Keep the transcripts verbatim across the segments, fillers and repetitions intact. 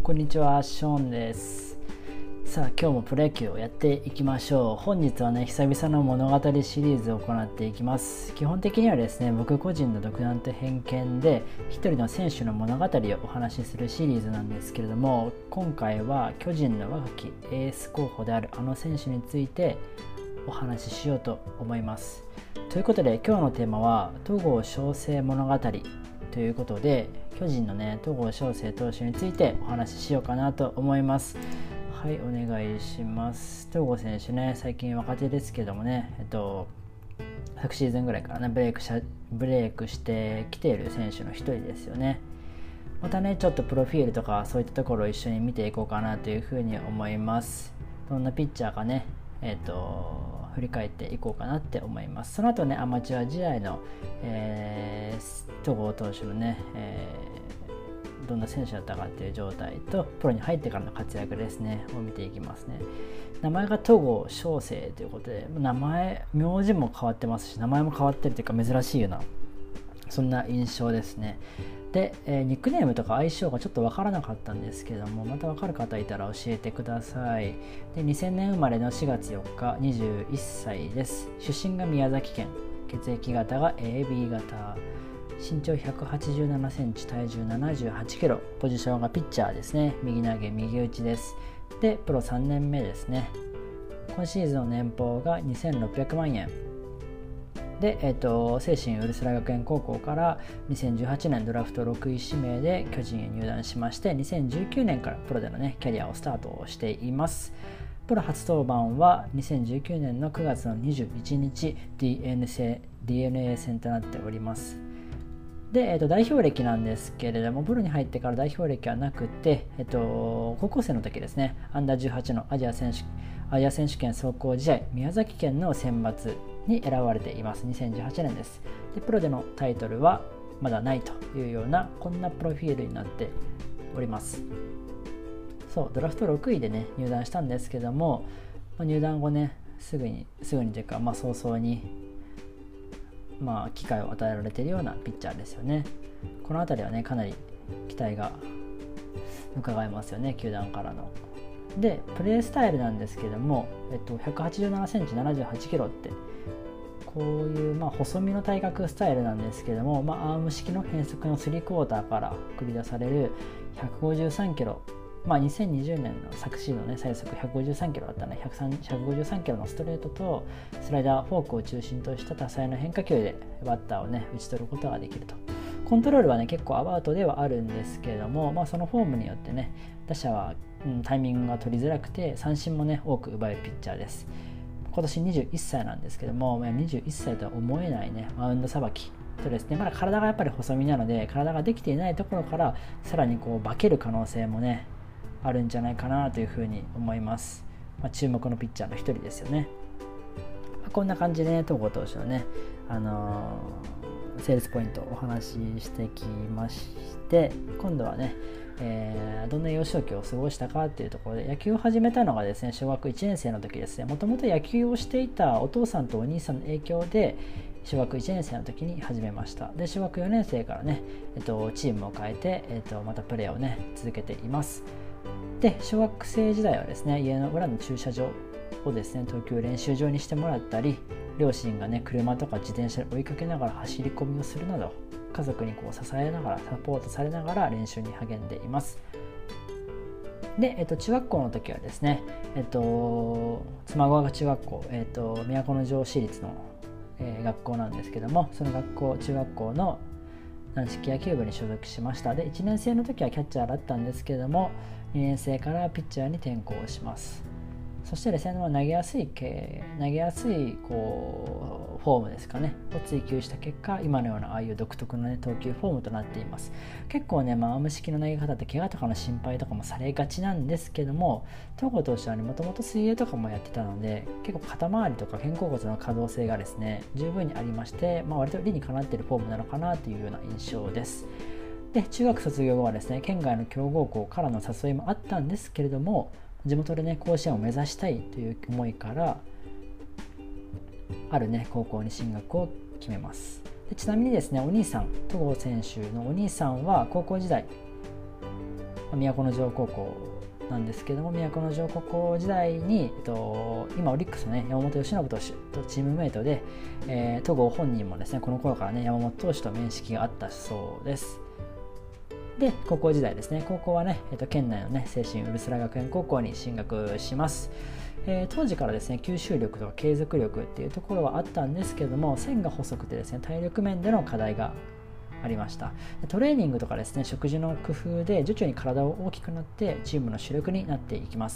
こんにちは、ショーンです。さあ、今日もプロ野球をやっていきましょう。本日はね、久々の物語シリーズを行っていきます。基本的にはですね、僕個人の独断と偏見で一人の選手の物語をお話しするシリーズなんですけれども、今回は巨人の若きエース候補であるあの選手についてお話ししようと思います。ということで、今日のテーマは戸郷翔征物語ということで、巨人のね戸郷翔征投手についてお話ししようかなと思います。はい、お願いします。戸郷選手ね、最近若手ですけどもね、えっと昨シーズンぐらいからねブレイクしブレイクしてきている選手の一人ですよね。またね、ちょっとプロフィールとかそういったところを一緒に見ていこうかなというふうに思います。どんなピッチャーかね、えっと振り返っていこうかなって思います。その後ね、アマチュア時代の、えー、戸郷投手のね、えー、どんな選手だったかっていう状態とプロに入ってからの活躍ですねを見ていきますね。名前が戸郷翔征ということで、名前名字も変わってますし、名前も変わってるというか珍しいようなそんな印象ですね。で、えー、ニックネームとか相性がちょっと分からなかったんですけども、また分かる方いたら教えてください。で、にせんねん生まれのしがつよっか、にじゅういっさいです。出身が宮崎県、血液型が エービー 型、身長ひゃくはちじゅうななセンチ、体重ななじゅうはちキロ、ポジションがピッチャーですね。右投げ右打ちです。で、プロさんねんめですね。今シーズンの年俸がにせんろっぴゃくまんえんで、えー、と聖心ウルスラ学園高校からにせんじゅうはちねんドラフトろくい指名で巨人へ入団しまして、にせんじゅうきゅうねんからプロでの、ね、キャリアをスタートしています。プロ初登板はにせんじゅうきゅうねんのくがつのにじゅういちにち ディーエヌエー 戦となっております。で、えー、と代表歴なんですけれども、プロに入ってから代表歴はなくて、えー、と高校生の時ですね、アンダーじゅうはちのアジア選手アジア選手権壮行試合宮崎県の選抜に選ばれています。にせんじゅうはちねんです。で、プロでのタイトルはまだないというようなこんなプロフィールになっております。そう、ドラフトろくいでね入団したんですけども、まあ、入団後ねすぐにすぐにというか、まあ、早々にまあ機会を与えられているようなピッチャーですよね。この辺りはねかなり期待が伺えますよね、球団からの。で、プレースタイルなんですけども、えっと、ひゃくはちじゅうななセンチ、ななじゅうはちキロってこういうまあ細身の体格スタイルなんですけども、まあ、アーム式の変則のスリークォーターから繰り出されるひゃくごじゅうさんキロ、まあ、にせんにじゅうねんの昨シーズンの、ね、最速ひゃくごじゅうさんキロだったね、ひゃくごじゅうさんキロのストレートとスライダー、フォークを中心とした多彩な変化球でバッターを、ね、打ち取ることができると。コントロールはね結構アバウトではあるんですけれども、まあ、そのフォームによってね打者は、うん、タイミングが取りづらくて三振もね多く奪えるピッチャーです。今年にじゅういっさいなんですけども、にじゅういっさいとは思えないねマウンドさばきとですね、まだ体がやっぱり細身なので体ができていないところからさらにこう化ける可能性もねあるんじゃないかなというふうに思います。まあ、注目のピッチャーの一人ですよね。まあ、こんな感じでね戸郷投手のね、あのー、セールスポイントをお話ししてきまして、今度はね、えー、どんな幼少期を過ごしたかっていうところで、野球を始めたのがですね小学いちねん生の時ですね。もともと野球をしていたお父さんとお兄さんの影響で小学いちねん生の時に始めました。で、小学よねん生からね、えっと、チームを変えて、えっと、またプレーをね続けています。で、小学生時代はですね家の裏の駐車場をですね投球練習場にしてもらったり、両親がね車とか自転車で追いかけながら走り込みをするなど、家族にこう支えながらサポートされながら練習に励んでいます。で、えっと、中学校の時はですね、えっと、妻川中学校、えっと、都城市立の、えー、学校なんですけども、その学校中学校の軟式野球部に所属しました。で、いちねん生の時はキャッチャーだったんですけども、にねん生からピッチャーに転向します。そしてですね、投げやすい系投げやすいこうフォームですかねを追求した結果、今のようなああいう独特の、ね、投球フォームとなっています。結構ね、まあ、アーム式の投げ方って怪我とかの心配とかもされがちなんですけども、戸郷投手はもともと水泳とかもやってたので、結構肩周りとか肩甲骨の可動性がですね十分にありまして、まあ、割と理にかなっているフォームなのかなというような印象です。で、中学卒業後はですね県外の強豪校からの誘いもあったんですけれども、地元でね甲子園を目指したいという思いからあるね高校に進学を決めます。で、でちなみにですね、お兄さん、戸郷選手のお兄さんは高校時代都城高校なんですけども、都城高校時代に、えっと、今オリックスの、ね、山本由伸投手とチームメイトで、えー、戸郷本人もですねこの頃から、ね、山本投手と面識があったそうです。で高校時代ですね、高校はね、えっと、県内のね聖心ウルスラ学園高校に進学します。えー、当時からですね吸収力とか継続力っていうところはあったんですけども、線が細くてですね体力面での課題がありました。トレーニングとかですね食事の工夫で徐々に体を大きくなってチームの主力になっていきます。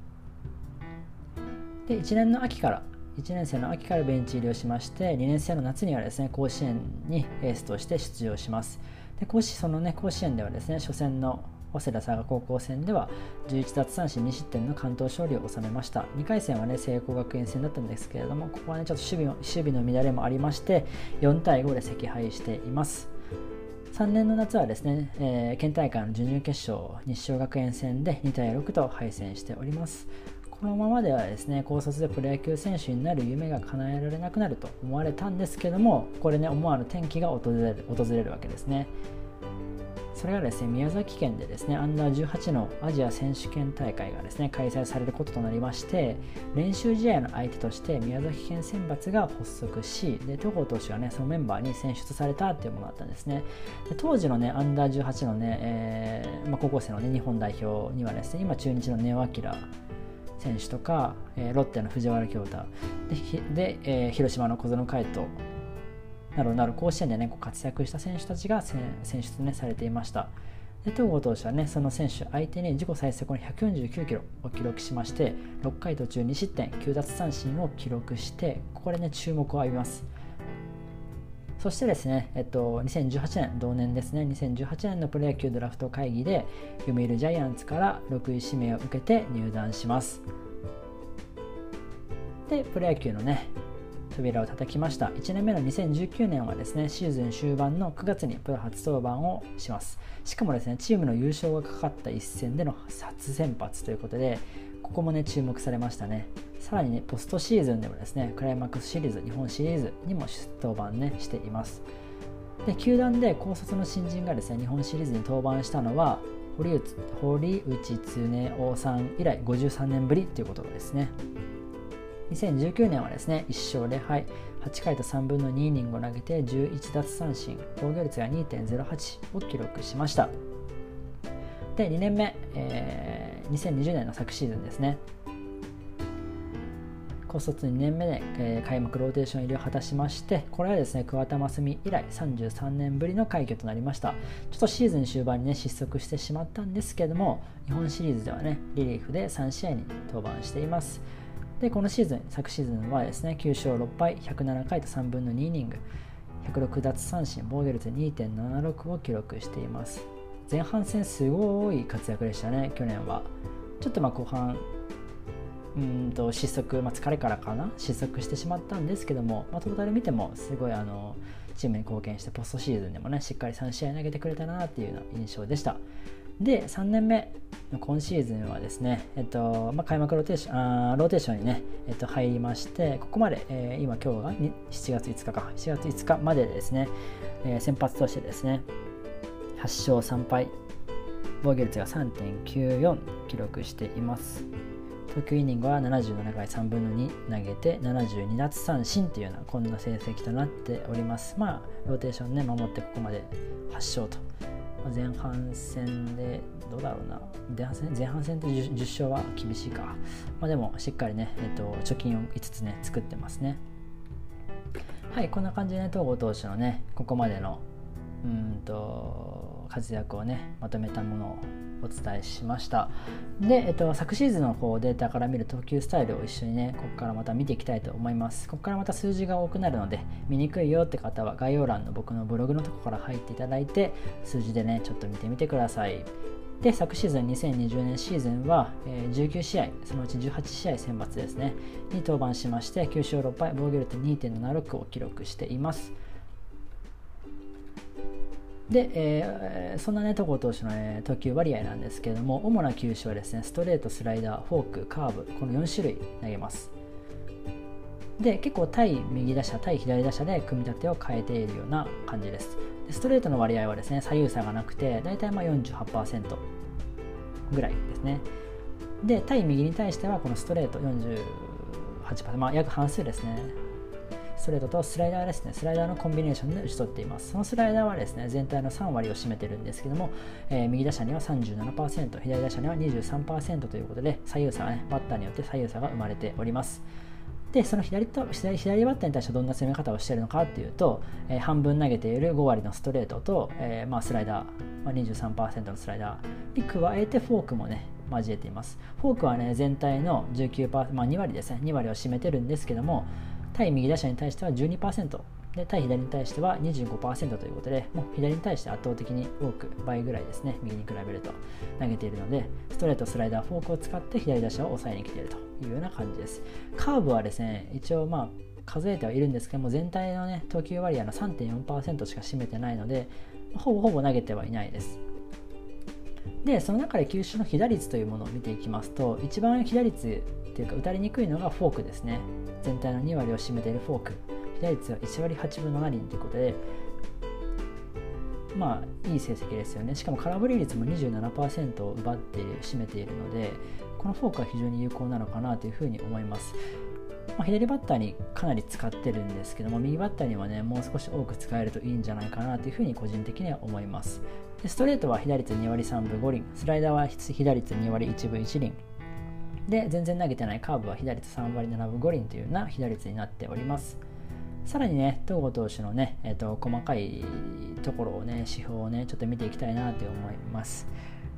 でいちねんの秋からいちねん生の秋からベンチ入りをしまして、にねん生の夏にはですね甲子園にエースとして出場します。で甲子そのね甲子園ではですね初戦の早稲田佐賀高校戦ではじゅういち奪三振に失点の完投勝利を収めました。にかい戦はね聖光学院戦だったんですけれども、ここはねちょっと守備の守備の乱れもありましてよんたいごで惜敗しています。さんねんの夏はですね、えー、県大会の準々決勝日照学園戦でにたいろくと敗戦しております。このままではですね高卒でプロ野球選手になる夢が叶えられなくなると思われたんですけども、これね思わぬ転機が訪れる、訪れるわけですね。それがですね宮崎県でですねアンダーじゅうはちのアジア選手権大会がですね開催されることとなりまして、練習試合の相手として宮崎県選抜が発足し、で戸郷投手がねそのメンバーに選出されたっていうものだったんですね。で当時のねアンダーじゅうはちのね、えーまあ、高校生のね日本代表にはですね今中日の根尾明選手とか、えー、ロッテの藤原恭太で、でえー、広島の小園海斗などなど甲子園で、ね、活躍した選手たちが選出、ね、されていました。で戸郷投手は、ね、その選手相手に自己最速のひゃくよんじゅうきゅうキロを記録しまして、ろっかい途中に失点きゅう奪三振を記録して、ここで、ね、注目を浴びます。そしてですね、えっと、にせんじゅうはちねん同年ですねにせんじゅうはちねんのプロ野球ドラフト会議で読売ジャイアンツからろくい指名を受けて入団します。でプロ野球のね扉を叩きました。いちねんめのにせんじゅうきゅうねんはですねシーズン終盤のくがつにプロ初登板をします。しかもですねチームの優勝がかかった一戦での初先発ということで、ここもね注目されましたね。さらにねポストシーズンでもですねクライマックスシリーズ日本シリーズにも登板ねしています。で球団で高卒の新人がですね日本シリーズに登板したのは堀内堀内恒夫さん以来ごじゅうさんねんぶりということですね。にせんじゅうきゅうねんはですねいっしょうぜろはいはちかいとさんぶんのにイニングを投げてじゅういち奪三振、防御率が にてんゼロはち を記録しました。でにねんめ、えー、にせんにじゅうねんの昨シーズンですね、高卒にねんめで、えー、開幕ローテーション入りを果たしまして、これはですね桑田真澄以来さんじゅうさんねんぶりの快挙となりました。ちょっとシーズン終盤にね失速してしまったんですけども、日本シリーズではねリリーフでさんしあいに登板しています。でこのシーズン昨シーズンはですねきゅうしょうろっぱいひゃくななかいとさんぶんのにイニングひゃくろく奪三振、防御率 にてんななろく を記録しています。前半戦すごい活躍でしたね。去年はちょっとまあ後半うんと失速、まあ、疲れからかな失速してしまったんですけども、まあ、トータル見てもすごいあのチームに貢献してポストシーズンでもねしっかりさんしあい投げてくれたなっていうような印象でした。でさんねんめの今シーズンはですね、えっとまあ、開幕ローテーションあーローテーションにね、えっと、入りまして、ここまで、えー、今今日がしちがついつかかしちがついつかまでですね、えー、先発としてですねはっしょうさんぱい、防御率が さんてんきゅうよん 記録しています。投球イニングはななじゅうななかいさんぶんのに投げてななじゅうに奪三振というようなこんな成績となっております。まあローテーションね守ってここまではっしょうと、前半戦でどうだろうな前半戦前半戦で 10, じゅっしょうは厳しいか、まあ、でもしっかりね、えっと、貯金をいつつね作ってますね。はい、こんな感じでね戸郷投手のねここまでのうんと活躍をねまとめたものをお伝えしました。で、えっと、昨シーズンの方データから見る投球スタイルを一緒にねここからまた見ていきたいと思います。ここからまた数字が多くなるので見にくいよって方は概要欄の僕のブログのところから入っていただいて数字でねちょっと見てみてください。で昨シーズンにせんにじゅうねんシーズンは、えー、じゅうきゅうしあい、そのうちじゅうはちしあい選抜ですねに登板しましてきゅうしょうろっぱい、防御率 にてんななろく を記録しています。で、えー、そんなね戸郷投手の、ね、投球割合なんですけれども、主な球種はですねストレート、スライダー、フォーク、カーブ、このよんしゅるい投げます。で結構対右打者対左打者で組み立てを変えているような感じです。でストレートの割合はですね左右差がなくてだいたいまあ よんじゅうはちパーセントぐらいですね。で対右に対してはこのストレート よんじゅうはちパーセント、まあ、約半数ですね。ストレートとスライダーですね。スライダーのコンビネーションで打ち取っています。そのスライダーはですね、全体のさん割を占めてるんですけども、えー、右打者には さんじゅうななパーセント、左打者には にじゅうさんパーセント ということで、左右差がね、バッターによって左右差が生まれております。で、その左と 左, 左バッターに対してどんな攻め方をしているのかというと、えー、半分投げているご割のストレートと、えーまあ、スライダー、まあ、にじゅうさんパーセント のスライダーに加えてフォークもね、交えています。フォークはね、全体の じゅうきゅうパーセント、まあ、に割ですね、に割を占めてるんですけども、対右打者に対しては じゅうにパーセント で、対左に対しては にじゅうごパーセント ということで、もう左に対して圧倒的に多く倍ぐらいですね、右に比べると投げているので、ストレート、スライダー、フォークを使って左打者を抑えに来ているというような感じです。カーブはですね、一応まあ数えてはいるんですけども、全体のね投球割合の さんてんよんパーセント しか占めてないので、ほぼほぼ投げてはいないです。で、その中で球種の被打率というものを見ていきますと、一番被打率というか打たれにくいのがフォークですね。全体のに割を占めているフォーク、被打率はいち割はちぶんなな厘ということで、まあいい成績ですよね。しかも空振り率も にじゅうななパーセント を奪っている占めているので、このフォークは非常に有効なのかなというふうに思います。まあ、左バッターにかなり使ってるんですけども、右バッターにはねもう少し多く使えるといいんじゃないかなというふうに個人的には思います。で、ストレートは被打率に割さんぶご厘、スライダーは被打率に割いちぶいち厘で、全然投げてないカーブは被打率さん割ななぶご厘というような被打率になっております。さらにね、戸郷投手のね、えーと、細かいところをね、指標をね、ちょっと見ていきたいなと思います。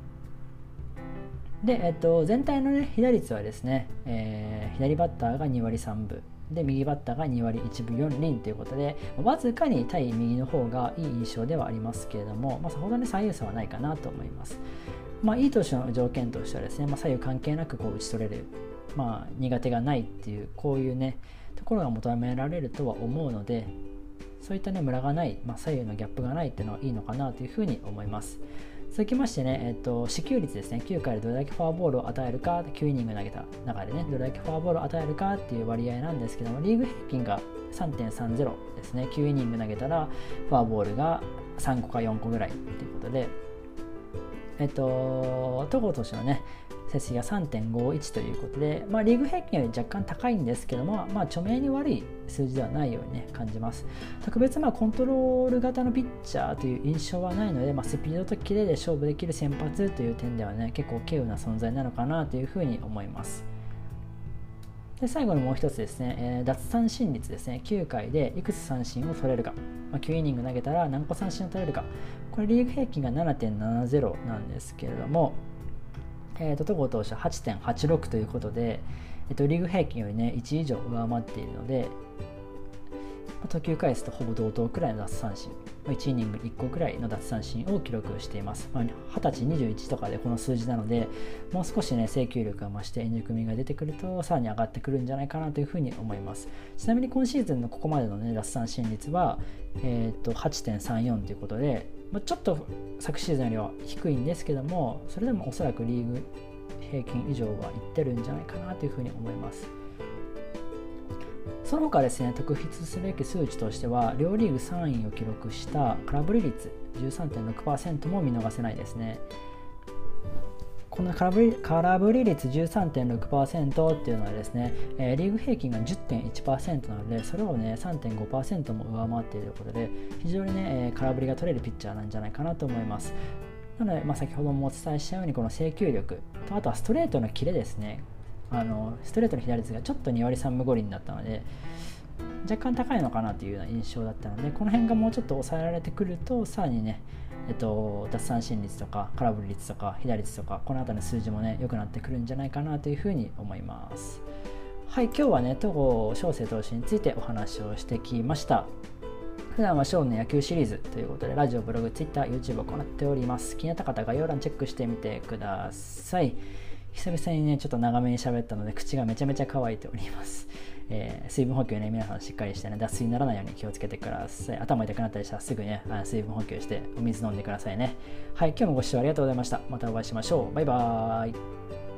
で、えーと、全体のね、被打率はですね、えー、左バッターがに割さんぶで、右バッターがに割いちぶよん厘ということで、わずかに対右の方がいい印象ではありますけれども、まあ、さほどね、左右差はないかなと思います。まあ、いい投手の条件としてはですね、まあ、左右関係なくこう打ち取れる、まあ、苦手がないっていう、こういうね、ところが求められるとは思うので、そういったね、ムラがない、まあ、左右のギャップがないっていうのはいいのかなというふうに思います。続きましてね、えっと、支給率ですね。きゅうかいでどれだけフォアボールを与えるか、きゅうイニング投げた中でね、どれだけフォアボールを与えるかっていう割合なんですけども、リーグ平均が さんてんさんゼロ ですね。きゅうイニング投げたらフォアボールがさんこかよんこぐらいということで、えっと、戸郷投手のね、成績が さんてんごいち ということで、まあ、リーグ平均より若干高いんですけども、まあ、著名に悪い数字ではないように、ね、感じます。特別まあコントロール型のピッチャーという印象はないので、まあ、スピードとキレで勝負できる先発という点ではね、結構稀有な存在なのかなというふうに思います。で、最後にもう一つですね、えー、奪三振率ですね。きゅうかいでいくつ三振を取れるか、まあ、きゅうイニング投げたら何個三振を取れるか、これリーグ平均が ななてんななゼロ なんですけれども、えー、と戸郷投手は はちてんはちろく ということで、えー、とリーグ平均よりねいち以上上回っているので、まあ、投球回数とほぼ同等くらいの奪三振、まあ、いちイニングいっこくらいの奪三振を記録しています。まあ、はたちにじゅういちとかでこの数字なので、もう少しね制球力が増して円熟味が出てくるとさらに上がってくるんじゃないかなというふうに思います。ちなみに今シーズンのここまでのね奪三振率は、えー、と はちてんさんよん ということで、まあ、ちょっと昨シーズンよりは低いんですけども、それでもおそらくリーグ平均以上はいってるんじゃないかなというふうに思います。その他ですね、特筆すべき数値としては、両リーグさんいを記録した空振り率 じゅうさんてんろくパーセント も見逃せないですね。この空振り、空振り率 じゅうさんてんろくパーセント っていうのはですね、えー、リーグ平均が じゅってんいちパーセント なので、それをね さんてんごパーセント も上回っているということで、非常にね、えー、空振りが取れるピッチャーなんじゃないかなと思います。なので、まあ、先ほどもお伝えしたように、この制球力と、あとはストレートのキレですね。あのストレートの被打率がちょっとに割さんぶご厘になったので、若干高いのかなというような印象だったので、この辺がもうちょっと抑えられてくると、さらにね、えっと、奪三振率とか空振り率とか被打率とか、このあたりの数字もね良くなってくるんじゃないかなというふうに思います。はい、今日はね戸郷翔征投手についてお話をしてきました。普段はショーの野球シリーズということで、ラジオ、ブログ、ツイッター、YouTube を行っております。気になった方は概要欄チェックしてみてください。久々にねちょっと長めに喋ったので口がめちゃめちゃ乾いております。えー、水分補給ね皆さんしっかりしてね、脱水にならないように気をつけてください。頭痛くなったりしたらすぐね水分補給してお水飲んでくださいね。はい、今日もご視聴ありがとうございました。またお会いしましょう。バイバーイ。